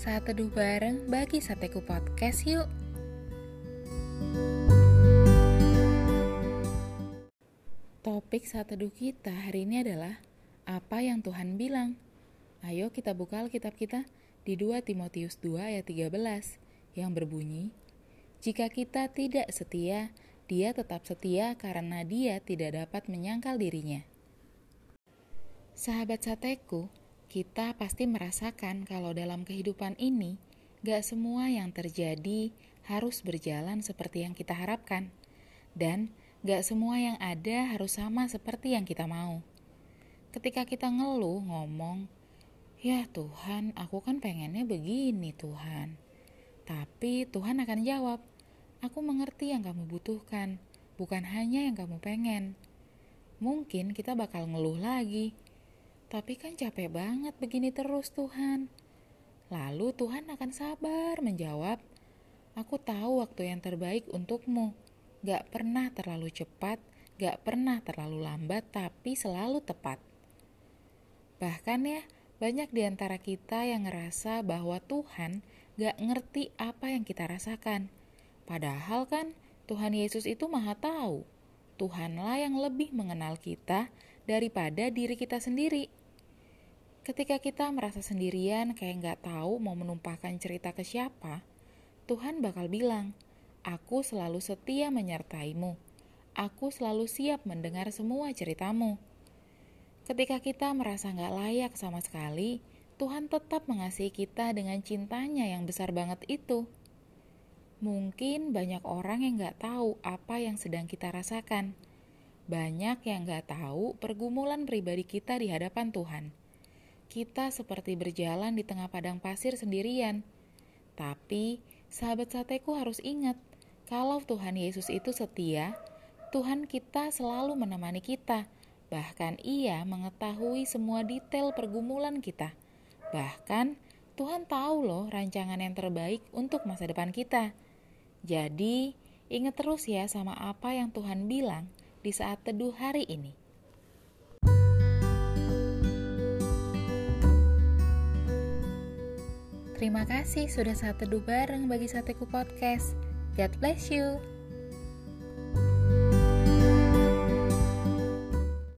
Saat teduh bareng bagi Sateku Podcast yuk. Topik saat teduh kita hari ini adalah apa yang Tuhan bilang. Ayo kita buka Alkitab kita di 2 Timotius 2 ayat 13 yang berbunyi, jika kita tidak setia, dia tetap setia karena dia tidak dapat menyangkal dirinya. Sahabat Sateku, kita pasti merasakan kalau dalam kehidupan ini, gak semua yang terjadi harus berjalan seperti yang kita harapkan. Dan gak semua yang ada harus sama seperti yang kita mau. Ketika kita ngeluh, ngomong, ya Tuhan, aku kan pengennya begini Tuhan. Tapi Tuhan akan jawab, aku mengerti yang kamu butuhkan, bukan hanya yang kamu pengen. Mungkin kita bakal ngeluh lagi, tapi kan capek banget begini terus Tuhan. Lalu Tuhan akan sabar menjawab, aku tahu waktu yang terbaik untukmu. Gak pernah terlalu cepat, gak pernah terlalu lambat, tapi selalu tepat. Bahkan ya, banyak di antara kita yang ngerasa bahwa Tuhan gak ngerti apa yang kita rasakan. Padahal kan Tuhan Yesus itu Maha Tahu. Tuhanlah yang lebih mengenal kita daripada diri kita sendiri. Ketika kita merasa sendirian kayak gak tahu mau menumpahkan cerita ke siapa, Tuhan bakal bilang, aku selalu setia menyertaimu. Aku selalu siap mendengar semua ceritamu. Ketika kita merasa gak layak sama sekali, Tuhan tetap mengasihi kita dengan cintanya yang besar banget itu. Mungkin banyak orang yang gak tahu apa yang sedang kita rasakan. Banyak yang gak tahu pergumulan pribadi kita di hadapan Tuhan. Kita seperti berjalan di tengah padang pasir sendirian. Tapi, sahabat Sateku harus ingat, kalau Tuhan Yesus itu setia, Tuhan kita selalu menemani kita. Bahkan Ia mengetahui semua detail pergumulan kita. Bahkan, Tuhan tahu loh rancangan yang terbaik untuk masa depan kita. Jadi, ingat terus ya sama apa yang Tuhan bilang di saat teduh hari ini. Terima kasih sudah saat teduh bareng bagi Sateku Podcast. God bless you.